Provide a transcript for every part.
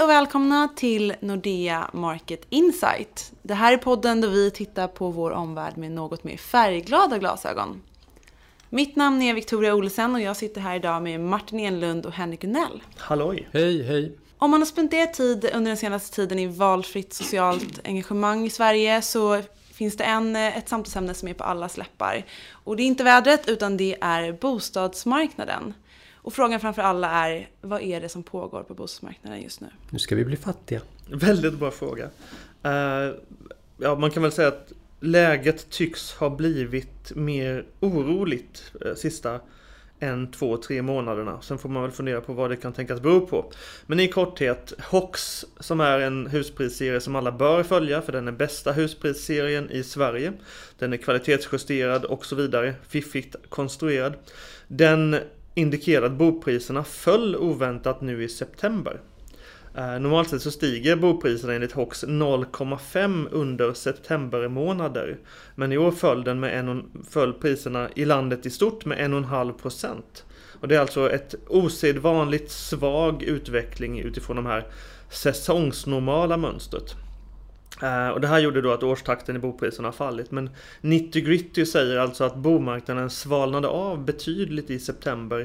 och välkomna till Nordea Market Insight. Det här är podden där vi tittar på vår omvärld med något mer färgglada glasögon. Mitt namn är Victoria Olsen och jag sitter här idag med Martin Enlund och Henrik Unell. Halloj! Hej, hej! Om man har spenderat tid under den senaste tiden i valfritt socialt engagemang i Sverige så finns det ett samtalsämne som är på alla läppar. Och det är inte vädret utan det är bostadsmarknaden. Och frågan framför alla är, vad är det som pågår på bostadsmarknaden just nu? Nu ska vi bli fattiga. Väldigt bra fråga. Man kan väl säga att läget tycks ha blivit mer oroligt sista 1, 2, 3 månaderna. Sen får man väl fundera på vad det kan tänkas bero på. Men i korthet, HOX som är en husprisserie som alla bör följa för den är bästa husprisserien i Sverige. Den är kvalitetsjusterad och så vidare, fiffigt konstruerad. Den indikerar att bopriserna föll oväntat nu i september. Normalt sett så stiger bopriserna enligt HOX 0,5 under septembermånader. Men i år föll priserna i landet i stort med 1,5%. Och det är alltså ett osedvanligt svag utveckling utifrån de här säsongsnormala mönstret. Och det här gjorde då att årstakten i bopriserna har fallit. Men 90 Gritty säger alltså att bomarknaden svalnade av betydligt i september.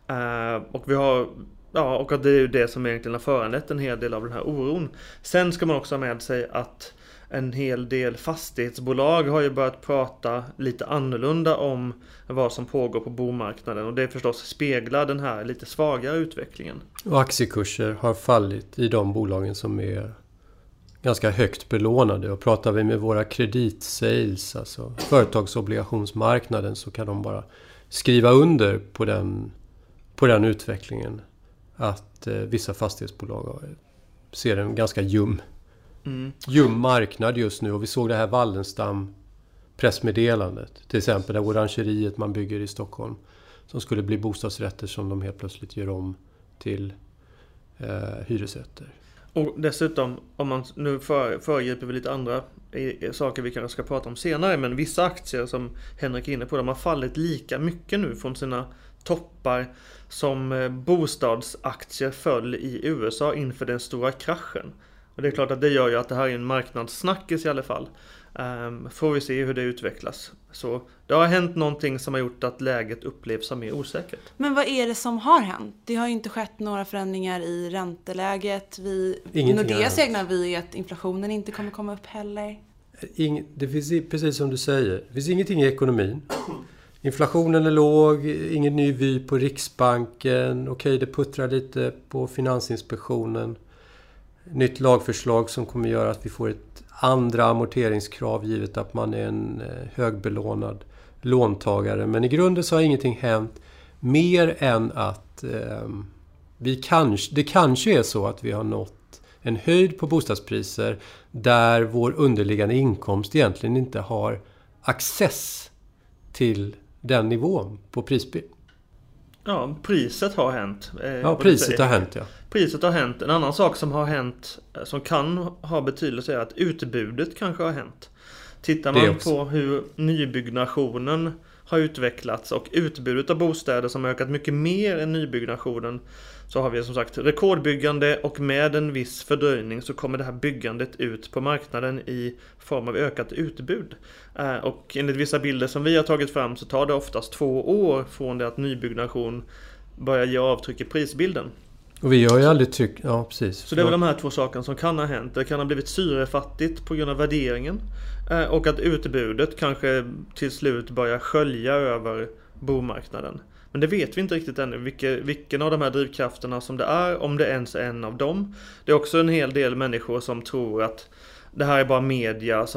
Och att det är ju det som egentligen har föranlett en hel del av den här oron. Sen ska man också ha med sig att en hel del fastighetsbolag har ju börjat prata lite annorlunda om vad som pågår på bomarknaden. Och det förstås speglar den här lite svagare utvecklingen. Och aktiekurser har fallit i de bolagen som är ganska högt belånade. Och pratar vi med våra kreditsales, alltså företagsobligationsmarknaden, så kan de bara skriva under på den utvecklingen. Att vissa fastighetsbolag ser en ganska ljum marknad just nu. Och vi såg det här Wallenstam pressmeddelandet. Till exempel det orangeriet man bygger i Stockholm. Som skulle bli bostadsrätter som de helt plötsligt gör om till hyresrätter. Och dessutom, om man nu föregriper vi lite andra saker vi kanske ska prata om senare. Men vissa aktier som Henrik är inne på, de har fallit lika mycket nu från sina toppar som bostadsaktier föll i USA inför den stora kraschen. Och det är klart att det gör ju att det här är en marknadssnackis i alla fall. Får vi se hur det utvecklas. Så det har hänt någonting som har gjort att läget upplevs som mer osäkert. Men vad är det som har hänt? Det har ju inte skett några förändringar i ränteläget. Nordeas egna är att inflationen inte kommer komma upp heller. Det finns precis som du säger. Det finns ingenting i ekonomin. Inflationen är låg, ingen ny vy på Riksbanken. Okej, det puttrar lite på Finansinspektionen. Nytt lagförslag som kommer göra att vi får ett andra amorteringskrav givet att man är en högbelånad låntagare. Men i grunden så har ingenting hänt mer än att det kanske är så att vi har nått en höjd på bostadspriser där vår underliggande inkomst egentligen inte har access till den nivån på prisbild. Ja, priset har hänt. Priset har hänt, ja. Priset har hänt. En annan sak som har hänt som kan ha betydelse är att utbudet kanske har hänt. Tittar man på hur nybyggnationen har utvecklats och utbudet av bostäder som har ökat mycket mer än nybyggnationen, så har vi som sagt rekordbyggande, och med en viss fördröjning så kommer det här byggandet ut på marknaden i form av ökat utbud. Och enligt vissa bilder som vi har tagit fram så tar det oftast 2 år från det att nybyggnation börjar ge avtryck i prisbilden. Och vi har ju aldrig tyckt, ja precis. Så det är väl de här 2 sakerna som kan ha hänt. Det kan ha blivit syrefattigt på grund av värderingen, och att utbudet kanske till slut börjar skölja över bomarknaden. Men det vet vi inte riktigt ännu vilken av de här drivkrafterna som det är, om det ens är en av dem. Det är också en hel del människor som tror att det här är bara media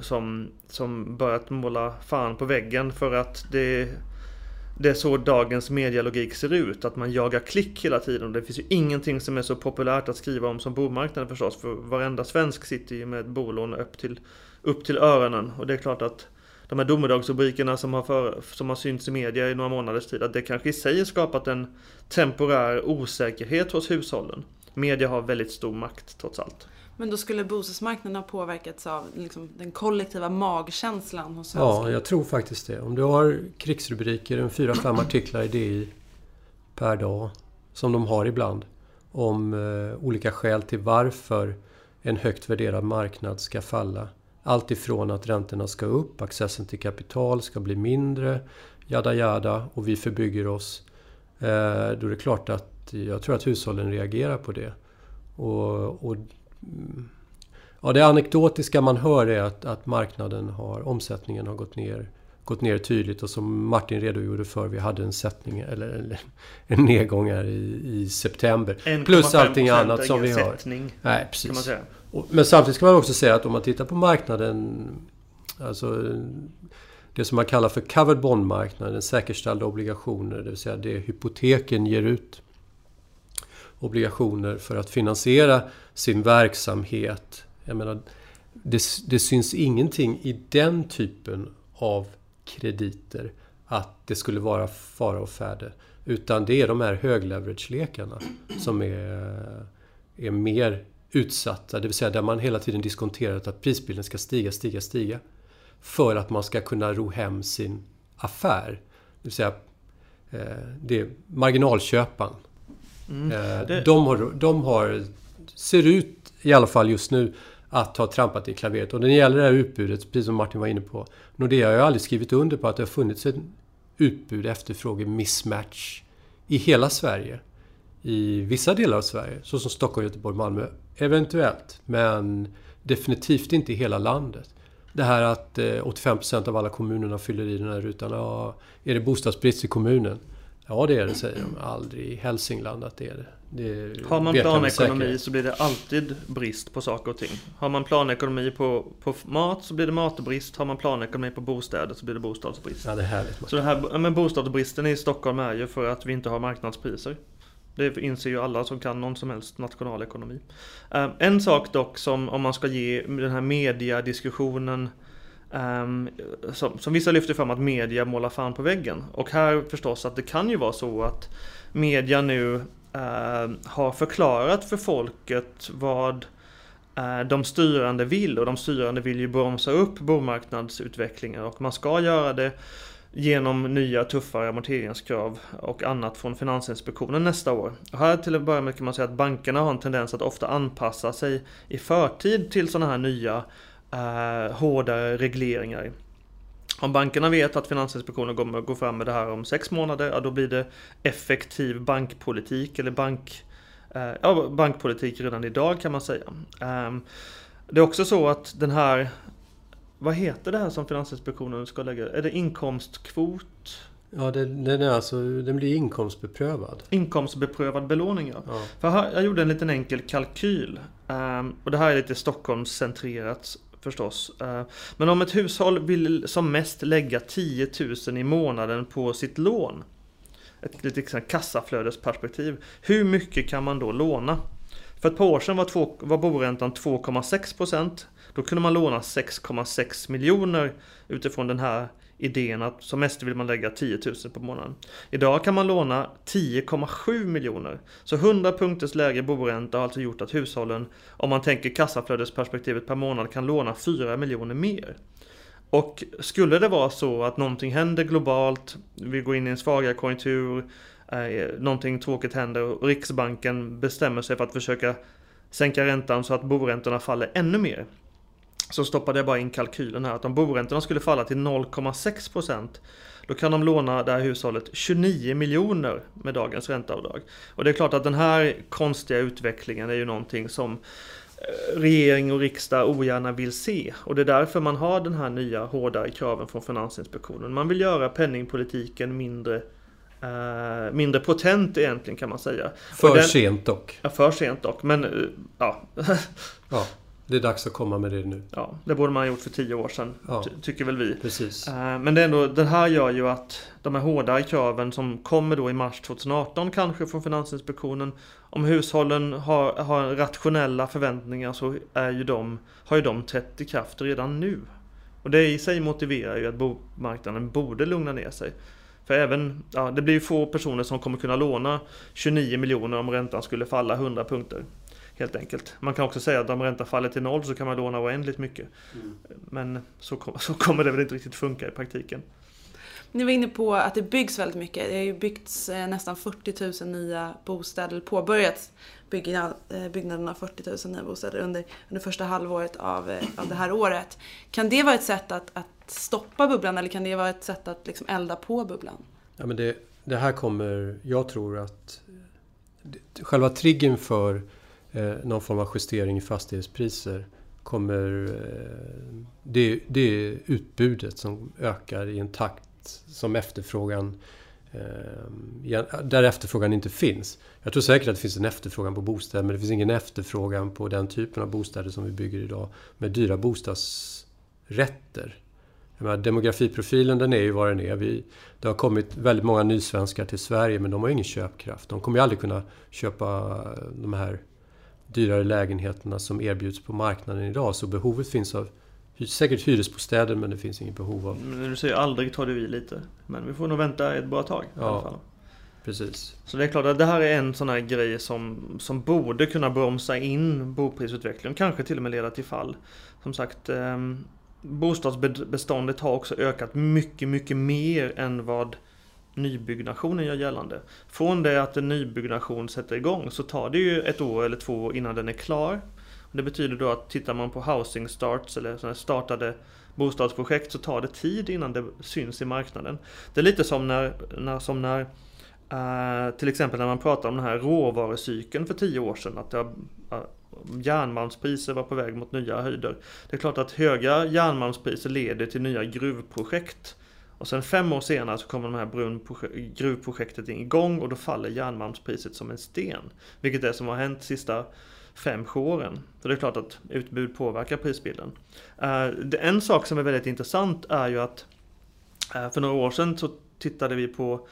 som börjat måla fan på väggen för att det är så dagens medialogik ser ut, att man jagar klick hela tiden. Det finns ju ingenting som är så populärt att skriva om som bomarknaden förstås, för varenda svensk sitter ju med ett bolån upp till öronen. Och det är klart att de här domedagsrubrikerna som har synts i media i några månaders tid, att det kanske i sig skapat en temporär osäkerhet hos hushållen. Media har väldigt stor makt trots allt. Men då skulle bostadsmarknaden ha påverkats av den kollektiva magkänslan hos svenskar? Ja, jag tror faktiskt det. Om du har krigsrubriker, 4-5 artiklar i DI per dag, som de har ibland, om olika skäl till varför en högt värderad marknad ska falla. Allt ifrån att räntorna ska upp, accessen till kapital ska bli mindre, jada, och vi förbygger oss. Då är det klart att jag tror att hushållen reagerar på det. Och det anekdotiska man hör är att omsättningen har gått ner tydligt, och som Martin redogjorde för, vi hade en nedgång här i september. Plus allting annat som vi har. Nej, precis. Kan man säga. Men samtidigt ska man också säga att om man tittar på marknaden, alltså det som man kallar för covered bond-marknaden, säkerställda obligationer, det vill säga det hypoteken ger ut obligationer för att finansiera sin verksamhet. Jag menar, det syns ingenting i den typen av krediter att det skulle vara fara och färde, utan det är de här högleverage-lekarna som är mer utsatta, det vill säga där man hela tiden diskonterar att prisbilden ska stiga för att man ska kunna ro hem sin affär. Det vill säga det är marginalköparen. De har ser ut i alla fall just nu att ha trampat i klaveret. Och när det gäller det här utbudet, precis som Martin var inne på, Nordea har ju aldrig skrivit under på att det har funnits en utbud-efterfråge-mismatch i hela Sverige. I vissa delar av Sverige, så som Stockholm, Göteborg, Malmö, eventuellt, men definitivt inte i hela landet. Det här att 85% av alla kommunerna fyller i den här rutan. Ja, är det bostadsbrist i kommunen? Ja, det är det, säger de. Aldrig i Hälsingland att det är det. Har man planekonomi så blir det alltid brist på saker och ting. Har man planekonomi på mat så blir det matbrist. Har man planekonomi på bostäder så blir det bostadsbrist. Ja, det är härligt. Så det här med bostadsbristen i Stockholm är ju för att vi inte har marknadspriser. Det inser ju alla som kan någon som helst nationalekonomi. En sak dock som, om man ska ge den här mediadiskussionen, som vissa lyfter fram, att media målar fan på väggen. Och här förstås att det kan ju vara så att media nu har förklarat för folket vad de styrande vill. Och de styrande vill ju bromsa upp bomarknadsutvecklingen, och man ska göra det genom nya tuffare amorteringskrav och annat från Finansinspektionen nästa år. Och här till att börja med kan man säga att bankerna har en tendens att ofta anpassa sig i förtid till sådana här nya hårdare regleringar. Om bankerna vet att Finansinspektionen kommer att gå fram med det här om 6 månader, ja, då blir det effektiv bankpolitik eller bankpolitik redan idag, kan man säga. Det är också så att den här, vad heter det här som Finansinspektionen ska lägga? Är det inkomstkvot? Ja, den blir inkomstbeprövad. Inkomstbeprövad belåning, ja. För jag gjorde en liten enkel kalkyl. Och det här är lite Stockholmscentrerat förstås. Men om ett hushåll vill som mest lägga 10 000 i månaden på sitt lån, ett litet kassaflödesperspektiv, hur mycket kan man då låna? För ett par år sedan var boräntan 2,6%. Då kunde man låna 6,6 miljoner utifrån den här idén att som mest vill man lägga 10 000 på månaden. Idag kan man låna 10,7 miljoner. Så 100 punkters lägre boränta har alltså gjort att hushållen, om man tänker kassaflödesperspektivet per månad, kan låna 4 miljoner mer. Och skulle det vara så att någonting händer globalt, vi går in i en svagare konjunktur, någonting tråkigt händer och Riksbanken bestämmer sig för att försöka sänka räntan så att boräntorna faller ännu mer, så stoppade jag bara in kalkylen här att om boräntorna skulle falla till 0,6%, då kan de låna det här hushållet 29 miljoner med dagens ränteavdrag. Och det är klart att den här konstiga utvecklingen är ju någonting som regering och riksdag ogärna vill se. Och det är därför man har den här nya hårdare kraven från Finansinspektionen. Man vill göra penningpolitiken mindre potent egentligen, kan man säga. Sent dock. Ja, för sent dock. Men ja. Ja. Det är dags att komma med det nu. Ja, det borde man ha gjort för 10 år sedan, tycker väl vi. Precis. Men det är ändå, det här gör ju att de här hårdare kraven som kommer då i mars 2018 kanske från Finansinspektionen, om hushållen har rationella förväntningar, så har ju de trätt i kraft redan nu. Och det i sig motiverar ju att bomarknaden borde lugna ner sig. För det blir ju få personer som kommer kunna låna 29 miljoner om räntan skulle falla 100 punkter. Helt enkelt. Man kan också säga att om räntan faller till 0 så kan man låna oändligt mycket. Men så kommer det väl inte riktigt funka i praktiken. Ni var inne på att det byggs väldigt mycket. Det har ju byggts nästan 40 000 nya bostäder, påbörjats byggnaden av 40 000 nya bostäder under första halvåret av det här året. Kan det vara ett sätt att stoppa bubblan, eller kan det vara ett sätt att liksom elda på bubblan? Ja, men det här kommer, jag tror att själva triggern för någon form av justering i fastighetspriser kommer, det är utbudet som ökar i en takt som efterfrågan, där efterfrågan inte finns. Jag tror säkert att det finns en efterfrågan på bostäder, men det finns ingen efterfrågan på den typen av bostäder som vi bygger idag med dyra bostadsrätter. Demografiprofilen, den är ju vad den är. Det har kommit väldigt många nysvenskar till Sverige, men de har ingen köpkraft. De kommer ju aldrig kunna köpa de här dyrare lägenheterna som erbjuds på marknaden idag. Så behovet finns av säkert hyresbostäder, men det finns inget behov av. Men du säger aldrig tar det vi lite. Men vi får nog vänta ett bra tag i alla fall. Precis. Så det är klart att det här är en sån här grej som borde kunna bromsa in boprisutvecklingen. Kanske till och med leda till fall. Som sagt, bostadsbeståndet har också ökat mycket, mycket mer än vad nybyggnationen gör gällande. Från det att en nybyggnation sätter igång så tar det ju 1 år eller 2 år innan den är klar. Det betyder då att tittar man på housing starts eller sådana startade bostadsprojekt så tar det tid innan det syns i marknaden. Det är lite som när till exempel när man pratar om den här råvarucykeln för 10 år sedan, att järnmalmspriser var på väg mot nya höjder. Det är klart att höga järnmalmspriser leder till nya gruvprojekt. Och sen 5 år senare så kommer de här gruvprojektet igång och då faller järnmalmspriset som en sten. Vilket är som har hänt de sista 5-7 åren. Så det är klart att utbud påverkar prisbilden. En sak som är väldigt intressant är ju att för några år sedan så tittade vi på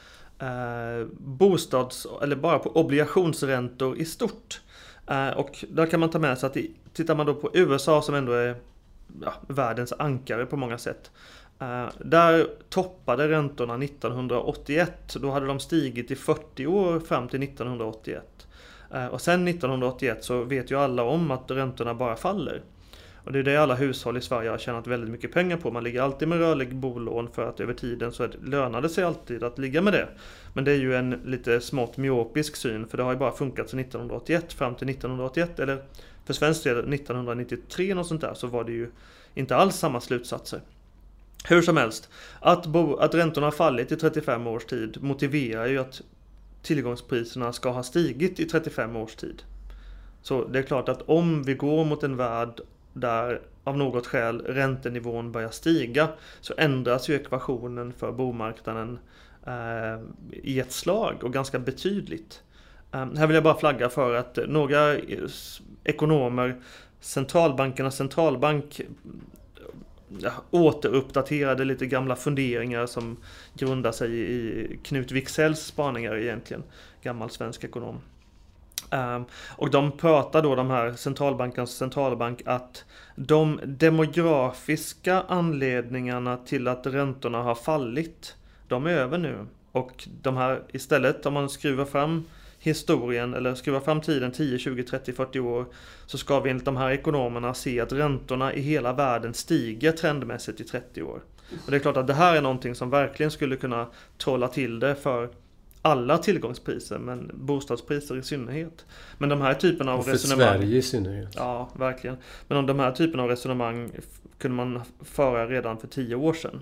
eller bara på obligationsräntor i stort. Och där kan man ta med sig att tittar man då på USA som ändå är världens ankare på många sätt. Där toppade räntorna 1981. Då hade de stigit i 40 år fram till 1981. Och sen 1981 så vet ju alla om att räntorna bara faller. Och det är det alla hushåll i Sverige har tjänat väldigt mycket pengar på. Man ligger alltid med rörlig bolån för att över tiden så lönar det sig alltid att ligga med det. Men det är ju en lite smått myopisk syn, för det har ju bara funkat sedan 1981 fram till 1981. Eller för svensk del 1993 och sånt där, så var det ju inte alls samma slutsatser. Hur som helst, att räntorna har fallit i 35 års tid motiverar ju att tillgångspriserna ska ha stigit i 35 års tid. Så det är klart att om vi går mot en värld där av något skäl räntenivån börjar stiga, så ändras ju ekvationen för bomarknaden i ett slag och ganska betydligt. Här vill jag bara flagga för att några ekonomer, centralbankernas centralbank, återuppdaterade lite gamla funderingar som grundar sig i Knut Wiksells spaningar egentligen, gammal svensk ekonom. Och de pratar då, de här centralbankens centralbank, att de demografiska anledningarna till att räntorna har fallit, de är över nu. Och de här istället, om man skruvar fram historien eller skruvar fram tiden 10, 20, 30, 40 år, så ska vi enligt de här ekonomerna se att räntorna i hela världen stiger trendmässigt i 30 år. Och det är klart att det här är någonting som verkligen skulle kunna trolla till det för alla tillgångspriser, men bostadspriser i synnerhet. Men de här typen av resonemang... För Sverige i synnerhet. Ja, verkligen. Men om de här typen av resonemang kunde man föra redan för 10 år sedan.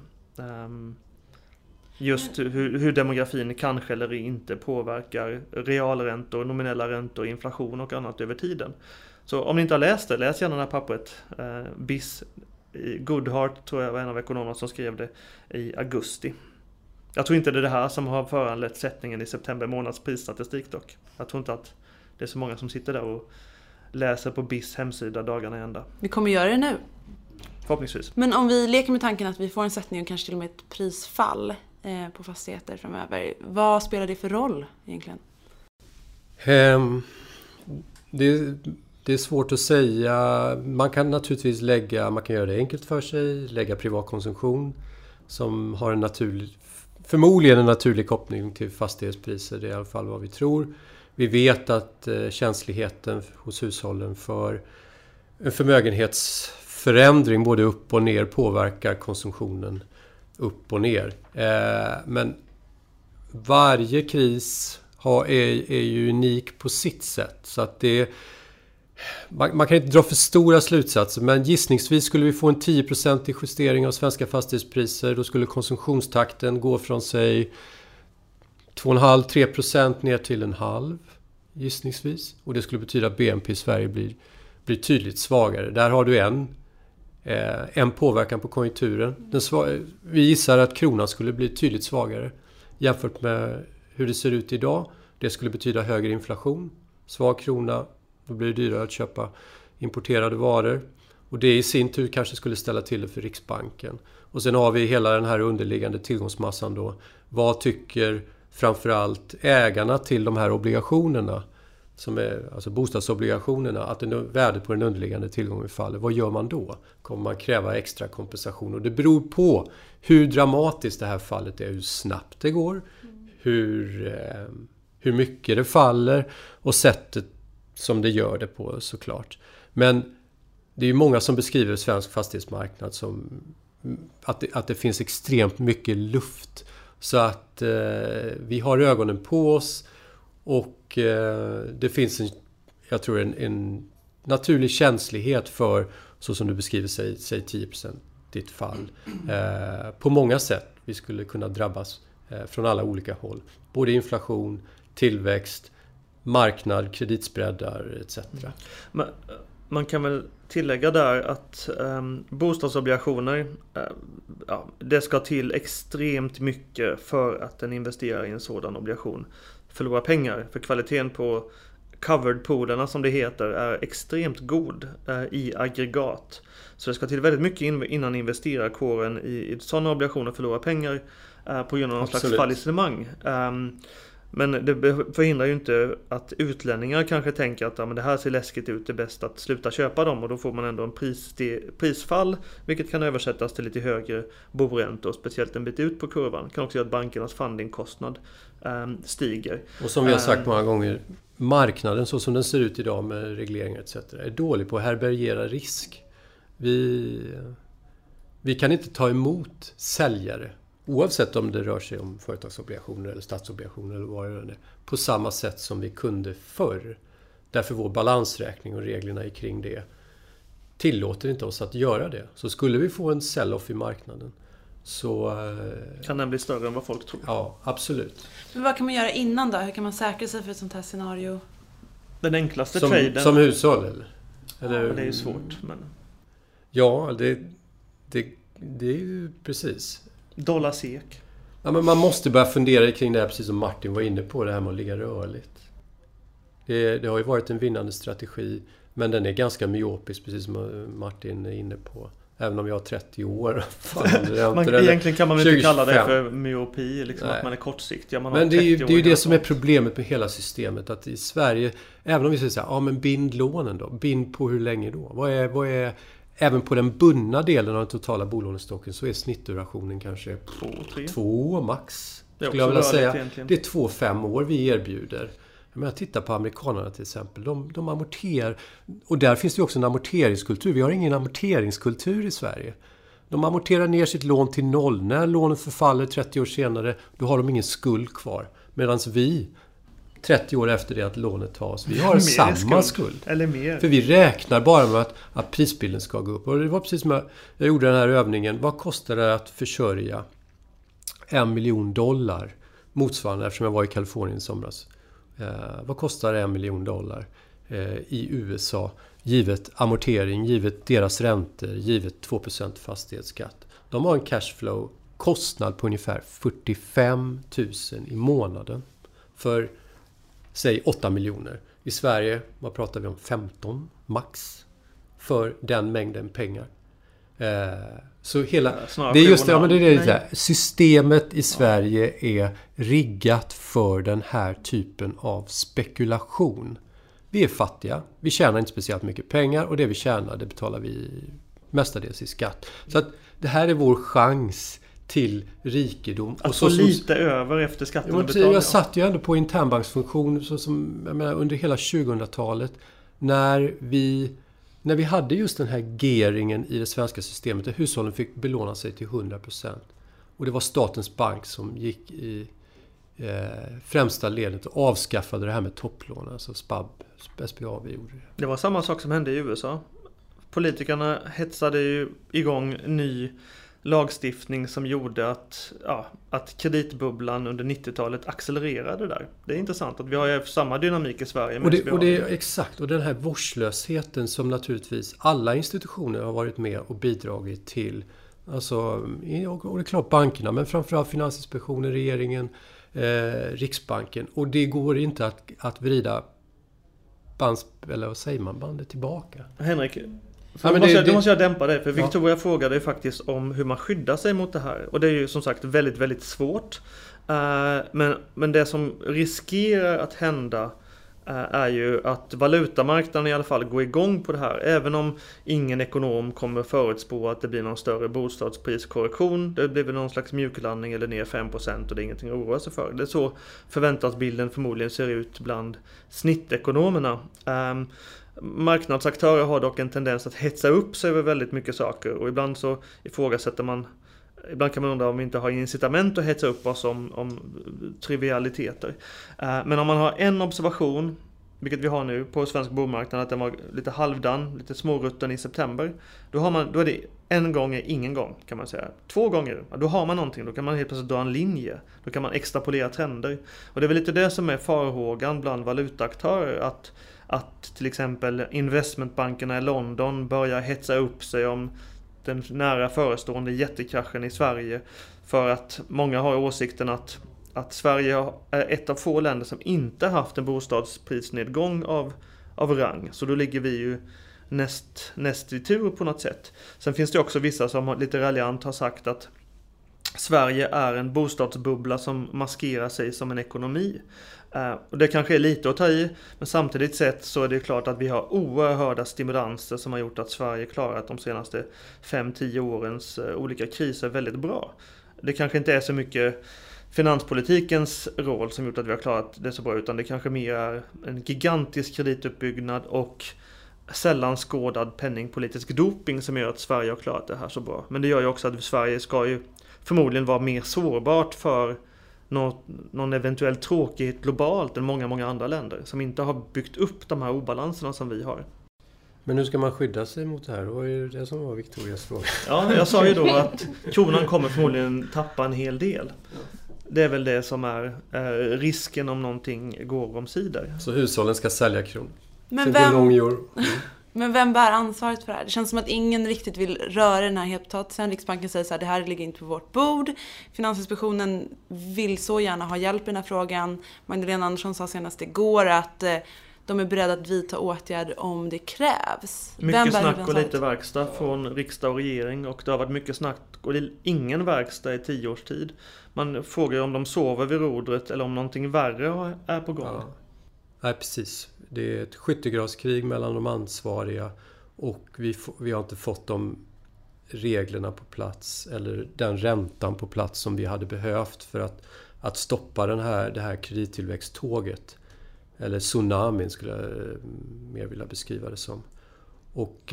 Just hur demografin kanske eller inte påverkar realräntor, nominella räntor, inflation och annat över tiden. Så om ni inte har läst det, läs gärna det här pappret. BIS Goodhart tror jag var en av ekonomerna som skrev det i augusti. Jag tror inte det är det här som har föranlett sättningen i september månads prisstatistik dock. Jag tror inte att det är så många som sitter där och läser på BIS hemsida dagarna i ända. Vi kommer göra det nu. Förhoppningsvis. Men om vi leker med tanken att vi får en sättning och kanske till och med ett prisfall på fastigheter framöver. Vad spelar det för roll egentligen? Det är svårt att säga. Man kan naturligtvis man kan göra det enkelt för sig, lägga privat konsumtion som har förmodligen en naturlig koppling till fastighetspriser. Det är i alla fall vad vi tror. Vi vet att känsligheten hos hushållen för en förmögenhetsförändring både upp och ner påverkar konsumtionen upp och ner. Men varje kris är ju unik på sitt sätt. Så att man kan inte dra för stora slutsatser, men gissningsvis skulle vi få en 10% justering av svenska fastighetspriser. Då skulle konsumtionstakten gå från sig 2,5-3% ner till 0,5% gissningsvis. Och det skulle betyda att BNP i Sverige blir tydligt svagare. Där har du en påverkan på konjunkturen. Vi gissar att kronan skulle bli tydligt svagare jämfört med hur det ser ut idag. Det skulle betyda högre inflation, svag krona, då blir det dyrare att köpa importerade varor. Och det i sin tur kanske skulle ställa till det för Riksbanken. Och sen har vi hela den här underliggande tillgångsmassan då. Vad tycker framförallt ägarna till de här obligationerna, som är alltså bostadsobligationerna, att värdet på den underliggande tillgången faller? Vad gör man då? Kommer man kräva extra kompensation? Och det beror på hur dramatiskt det här fallet är, hur snabbt det går, hur mycket det faller och sättet som det gör det på, såklart. Men det är ju många som beskriver svensk fastighetsmarknad som att det finns extremt mycket luft. Så att vi har ögonen på oss och det finns jag tror en naturlig känslighet för, så som du beskriver, säg 10% ditt fall. På många sätt vi skulle kunna drabbas från alla olika håll. Både inflation, tillväxt, marknad, kreditspreadar etc. Man kan väl tillägga där att bostadsobligationer, det ska till extremt mycket för att en investerare i en sådan obligation förlorar pengar. För kvaliteten på covered poolerna, som det heter, är extremt god i aggregat. Så det ska till väldigt mycket innan investerarkåren i sådana obligationer förlorar pengar på grund av någon slags fallissemang. Men det förhindrar ju inte att utlänningar kanske tänker att men det här ser läskigt ut, det är bäst att sluta köpa dem, och då får man ändå en prisfall, vilket kan översättas till lite högre boräntor, speciellt en bit ut på kurvan. Kan också göra att bankernas fundingkostnad stiger. Och som vi har sagt många gånger, marknaden så som den ser ut idag med regleringar etc. är dålig på att härbärgera risk. Vi kan inte ta emot säljare, oavsett om det rör sig om företagsobligationer eller statsobligationer eller vad det är, på samma sätt som vi kunde förr. Därför vår balansräkning och reglerna kring det tillåter inte oss att göra det. Så skulle vi få en sell-off i marknaden så kan den bli större än vad folk tror. Ja, absolut. Men vad kan man göra innan då? Hur kan man säkra sig för ett sånt här scenario? Den enklaste traden. Som hushåll eller? Ja, det är ju svårt. Men... Ja, det är ju precis. Dollar-SEK. Ja, men man måste börja fundera kring det här, precis som Martin var inne på, det här med att ligga rörligt. Det har ju varit en vinnande strategi, men den är ganska myopisk, precis som Martin är inne på. Även om jag har 30 år. Egentligen kan man väl inte kalla det för myopi, liksom, att man är kortsiktig. Men det är ju det som är problemet med hela systemet. Att i Sverige, även om vi säger så här, men bind lånen då. Bind på hur länge då? Vad är även på den bundna delen av den totala bolånestocken så är snittdurationen kanske 2 max. Skulle jag vilja säga. Det är 2-5 år vi erbjuder. Jag menar, titta på amerikanerna till exempel. De amorterar. Och där finns det ju också en amorteringskultur. Vi har ingen amorteringskultur i Sverige. De amorterar ner sitt lån till 0. När lånet förfaller 30 år senare, då har de ingen skuld kvar. Medan vi, 30 år efter det att lånet tas, vi har samma skuld. Eller mer. För vi räknar bara med att prisbilden ska gå upp. Och det var precis som jag gjorde den här övningen. Vad kostar det att försörja $1 miljon motsvarande, eftersom jag var i Kalifornien i somras? Vad kostar $1 miljon i USA, givet amortering, givet deras räntor, givet 2% fastighetsskatt? De har en cashflow-kostnad på ungefär 45 000 i månaden för, säg 8 miljoner. I Sverige, vad pratar vi om? 15 max för den mängden pengar. Så hela, det är just det, men det är det. Systemet i Sverige är riggat för den här typen av spekulation. Vi är fattiga, vi tjänar inte speciellt mycket pengar, och det vi tjänar, det betalar vi mestadels i skatt. Så att det här är vår chans till rikedom. Att få lite över efter skatten och betalning. Jag satt ju ändå på internbanksfunktion så som, jag menar, under hela 2000-talet när vi hade just den här gearingen i det svenska systemet där hushållen fick belåna sig till 100%. Och det var Statens bank som gick i främsta ledet och avskaffade det här med topplån. Alltså SBAB gjorde det. Det var samma sak som hände i USA. Politikerna hetsade ju igång ny lagstiftning som gjorde att kreditbubblan under 90-talet accelererade där. Det är intressant att vi har ju samma dynamik i Sverige. Och det är exakt, och den här vårdslösheten som naturligtvis alla institutioner har varit med och bidragit till. Alltså, och det är klart bankerna, men framförallt Finansinspektionen, regeringen, Riksbanken. Och det går inte att vrida bandet tillbaka. Henrik, då måste jag dämpa dig, för Victoria frågade ju faktiskt om hur man skyddar sig mot det här. Och det är ju som sagt väldigt, väldigt svårt. Men det som riskerar att hända är ju att valutamarknaden i alla fall går igång på det här. Även om ingen ekonom kommer förutspå att det blir någon större bostadspriskorrektion. Det blir väl någon slags mjuklandning eller ner 5% och det är ingenting att oroa sig för. Det är så förväntansbilden förmodligen ser ut bland snittekonomerna. Marknadsaktörer har dock en tendens att hetsa upp sig över väldigt mycket saker, och ibland så ifrågasätter man, ibland kan man undra om vi inte har incitament att hetsa upp oss om trivialiteter. Men om man har en observation, vilket vi har nu på svensk bomarknad, att den var lite halvdan, lite smårutten i september, då är det en gång är ingen gång, kan man säga. 2 gånger, då har man någonting, då kan man helt plötsligt dra en linje, då kan man extrapolera trender. Och det är väl lite det som är farhågan bland valutaaktörer, att till exempel investmentbankerna i London börjar hetsa upp sig om den nära förestående jättekraschen i Sverige, för att många har åsikten att Sverige är ett av få länder som inte haft en bostadsprisnedgång av rang. Så då ligger vi ju näst i tur på något sätt. Sen finns det också vissa som lite raljant har sagt att Sverige är en bostadsbubbla som maskerar sig som en ekonomi. Och det kanske är lite att ta i, men samtidigt sett så är det klart att vi har oerhörda stimulanser som har gjort att Sverige klarat de senaste 5-10 årens olika kriser väldigt bra. Det kanske inte är så mycket finanspolitikens roll som gjort att vi har klarat det så bra, utan det kanske mer är en gigantisk kredituppbyggnad och sällan skådad penningpolitisk doping som gör att Sverige har klarat det här så bra. Men det gör ju också att Sverige ska ju förmodligen vara mer sårbart för någon eventuell tråkighet globalt än många andra länder som inte har byggt upp de här obalanserna som vi har. Men hur ska man skydda sig mot det här? Det var ju det som var Victorias fråga. Ja, jag sa ju då att kronan kommer förmodligen tappa en hel del. Det är väl det som är risken om någonting går omsider. Så hushållen ska sälja kronor? Men vem bär ansvaret för det här? Det känns som att ingen riktigt vill röra den här hepatitisen. Riksbanken säger så här, det här ligger inte på vårt bord. Finansinspektionen vill så gärna ha hjälp i den här frågan. Magdalena Andersson sa senast igår att de är beredda att vidta åtgärder om det krävs. Mycket snack och lite verkstad från riksdag och regering, och det har varit mycket snack och ingen verkstad i 10 års tid. Man frågar om de sover vid rodret eller om någonting värre är på gång. Ja. Nej, precis. Det är ett skyttegravskrig mellan de ansvariga, och vi har inte fått de reglerna på plats eller den räntan på plats som vi hade behövt för att stoppa det här kredittillväxttåget. Eller tsunamin skulle jag mer vilja beskriva det som. Och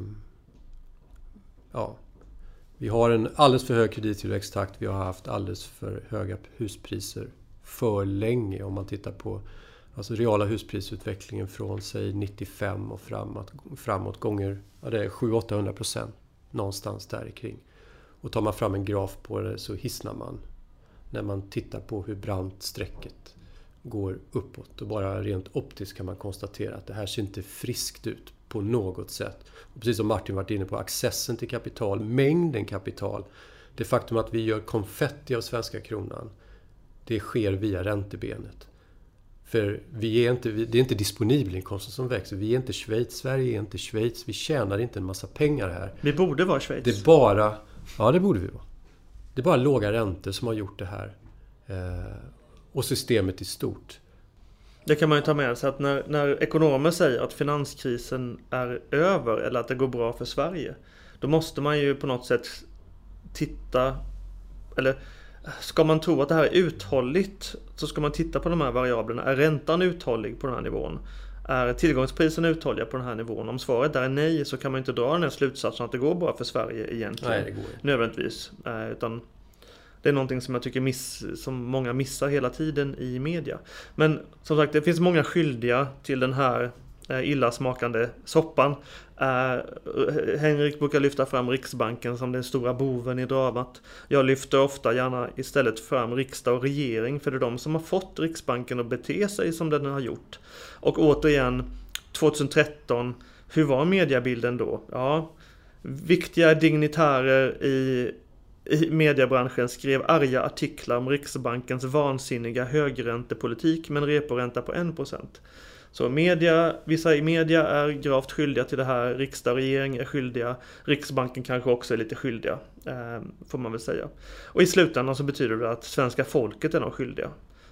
vi har en alldeles för hög kredittillväxttakt. Vi har haft alldeles för höga huspriser för länge. Om man tittar på reala husprisutvecklingen från sig 95 och framåt gånger, det är 700-800% någonstans där kring. Och tar man fram en graf på det så hissnar man när man tittar på hur brant strecket går uppåt. Och bara rent optiskt kan man konstatera att det här ser inte friskt ut på något sätt. Och precis som Martin varit inne på, accessen till kapital, mängden kapital, det faktum att vi gör konfetti av svenska kronan, det sker via räntebenet. För det är inte disponibelinkomsten som växer. Vi är inte Schweiz, Sverige är inte Schweiz. Vi tjänar inte en massa pengar här. Vi borde vara Schweiz. Det borde vi vara. Det är bara låga räntor som har gjort det här. Och systemet i stort. Det kan man ju ta med sig att när ekonomer säger att finanskrisen är över eller att det går bra för Sverige, då måste man ju på något sätt titta, eller ska man tro att det här är uthålligt, så ska man titta på de här variablerna. Är räntan uthållig på den här nivån? Är tillgångsprisen uthålliga på den här nivån? Om svaret är nej, så kan man inte dra den här slutsatsen att det går bra för Sverige egentligen. Nej, det går inte. Nödvändigtvis. Utan Det är någonting som jag tycker som många missar hela tiden i media. Men som sagt, det finns många skyldiga till den här illasmakande soppan. Henrik brukar lyfta fram Riksbanken som den stora boven i dramat. Jag lyfter ofta gärna istället fram riksdag och regering, för det är de som har fått Riksbanken att bete sig som den har gjort. Och återigen, 2013, hur var mediebilden då? Ja, viktiga dignitärer i mediebranschen skrev arga artiklar om Riksbankens vansinniga högräntepolitik med en reporänta på 1%. Så vissa i media är gravt skyldiga till det här, riksdag och regering är skyldiga, Riksbanken kanske också är lite skyldiga, får man väl säga. Och i slutändan så betyder det att svenska folket är de skyldiga.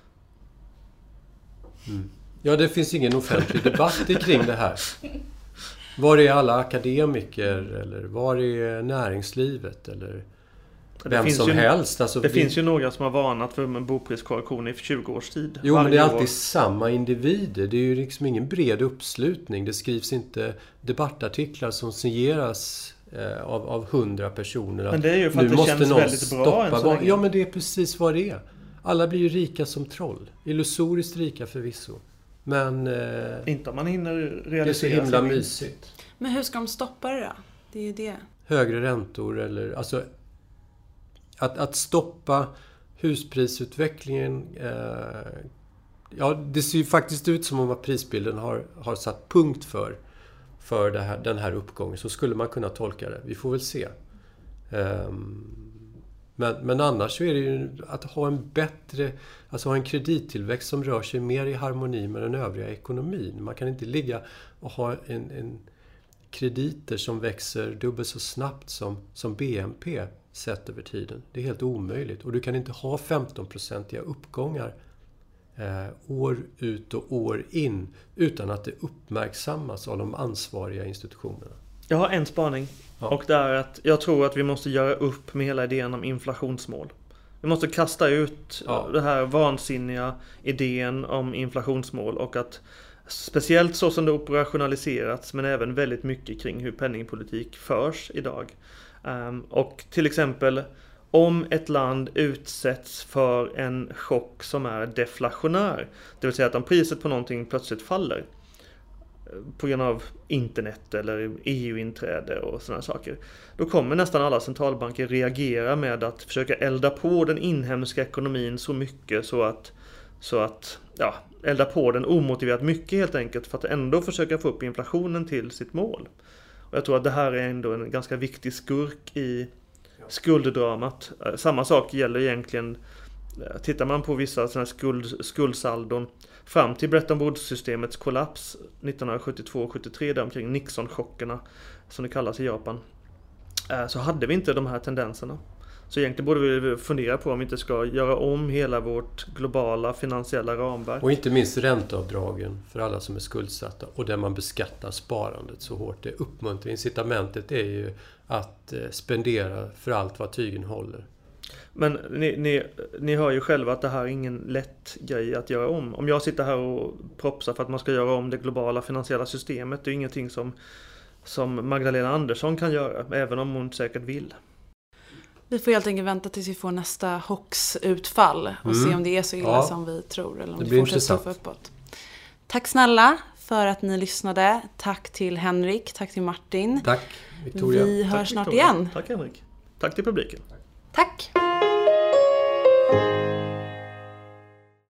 Ja, det finns ingen offentlig debatt kring det här. Var är alla akademiker, eller var är näringslivet, eller vem som helst? Alltså, det finns ju några som har varnat för en bopriskorrektion i 20 års tid. Jo, men det är alltid samma individer. Det är ju liksom ingen bred uppslutning. Det skrivs inte debattartiklar som signeras av 100 personer. Men det är ju för att det känns väldigt bra. Ja, men det är precis vad det är. Alla blir ju rika som troll. Illusoriskt rika förvisso. Men inte om man hinner realisera. Det är så himla mysigt. Men hur ska de stoppa det då? Det är ju det. Högre räntor eller... Alltså, att stoppa husprisutvecklingen... ja, det ser ju faktiskt ut som om att prisbilden har satt punkt för den här uppgången. Så skulle man kunna tolka det. Vi får väl se. Men annars så är det ju att ha en bättre... Alltså ha en kredittillväxt som rör sig mer i harmoni med den övriga ekonomin. Man kan inte ligga och ha en krediter som växer dubbelt så snabbt som BNP sett över tiden. Det är helt omöjligt. Och du kan inte ha 15-procentiga uppgångar år ut och år in utan att det uppmärksammas av de ansvariga institutionerna. Jag har en spaning. Ja. Och det är att jag tror att vi måste göra upp med hela idén om inflationsmål. Vi måste kasta ut det här vansinniga idén om inflationsmål, och att speciellt så som det operationaliserats, men även väldigt mycket kring hur penningpolitik förs idag. Och till exempel om ett land utsätts för en chock som är deflationär, det vill säga att om priset på någonting plötsligt faller på grund av internet eller EU-inträde och sådana saker, då kommer nästan alla centralbanker reagera med att försöka elda på den inhemska ekonomin så mycket så att elda på den omotiverat mycket helt enkelt, för att ändå försöka få upp inflationen till sitt mål. Och jag tror att det här är ändå en ganska viktig skurk i skulddramat. Samma sak gäller egentligen, tittar man på vissa sådana skuldsaldon fram till Bretton Woods-systemets kollaps 1972-73, där omkring Nixon-chockerna som det kallas i Japan, så hade vi inte de här tendenserna. Så egentligen borde vi fundera på om vi inte ska göra om hela vårt globala finansiella ramverk. Och inte minst ränteavdragen för alla som är skuldsatta, och där man beskattar sparandet så hårt. Det uppmuntrar, incitamentet är ju att spendera för allt vad tygen håller. Men ni hör ju själva att det här är ingen lätt grej att göra om. Om jag sitter här och propsar för att man ska göra om det globala finansiella systemet, det är ingenting som Magdalena Andersson kan göra, även om hon säkert vill. Vi får helt enkelt vänta tills vi får nästa Hox-utfall och se om det är så illa som vi tror, eller om det fortsätter tuffa uppåt. Tack snälla för att ni lyssnade. Tack till Henrik, tack till Martin. Tack Victoria. Vi hörs snart igen. Tack Henrik. Tack till publiken. Tack.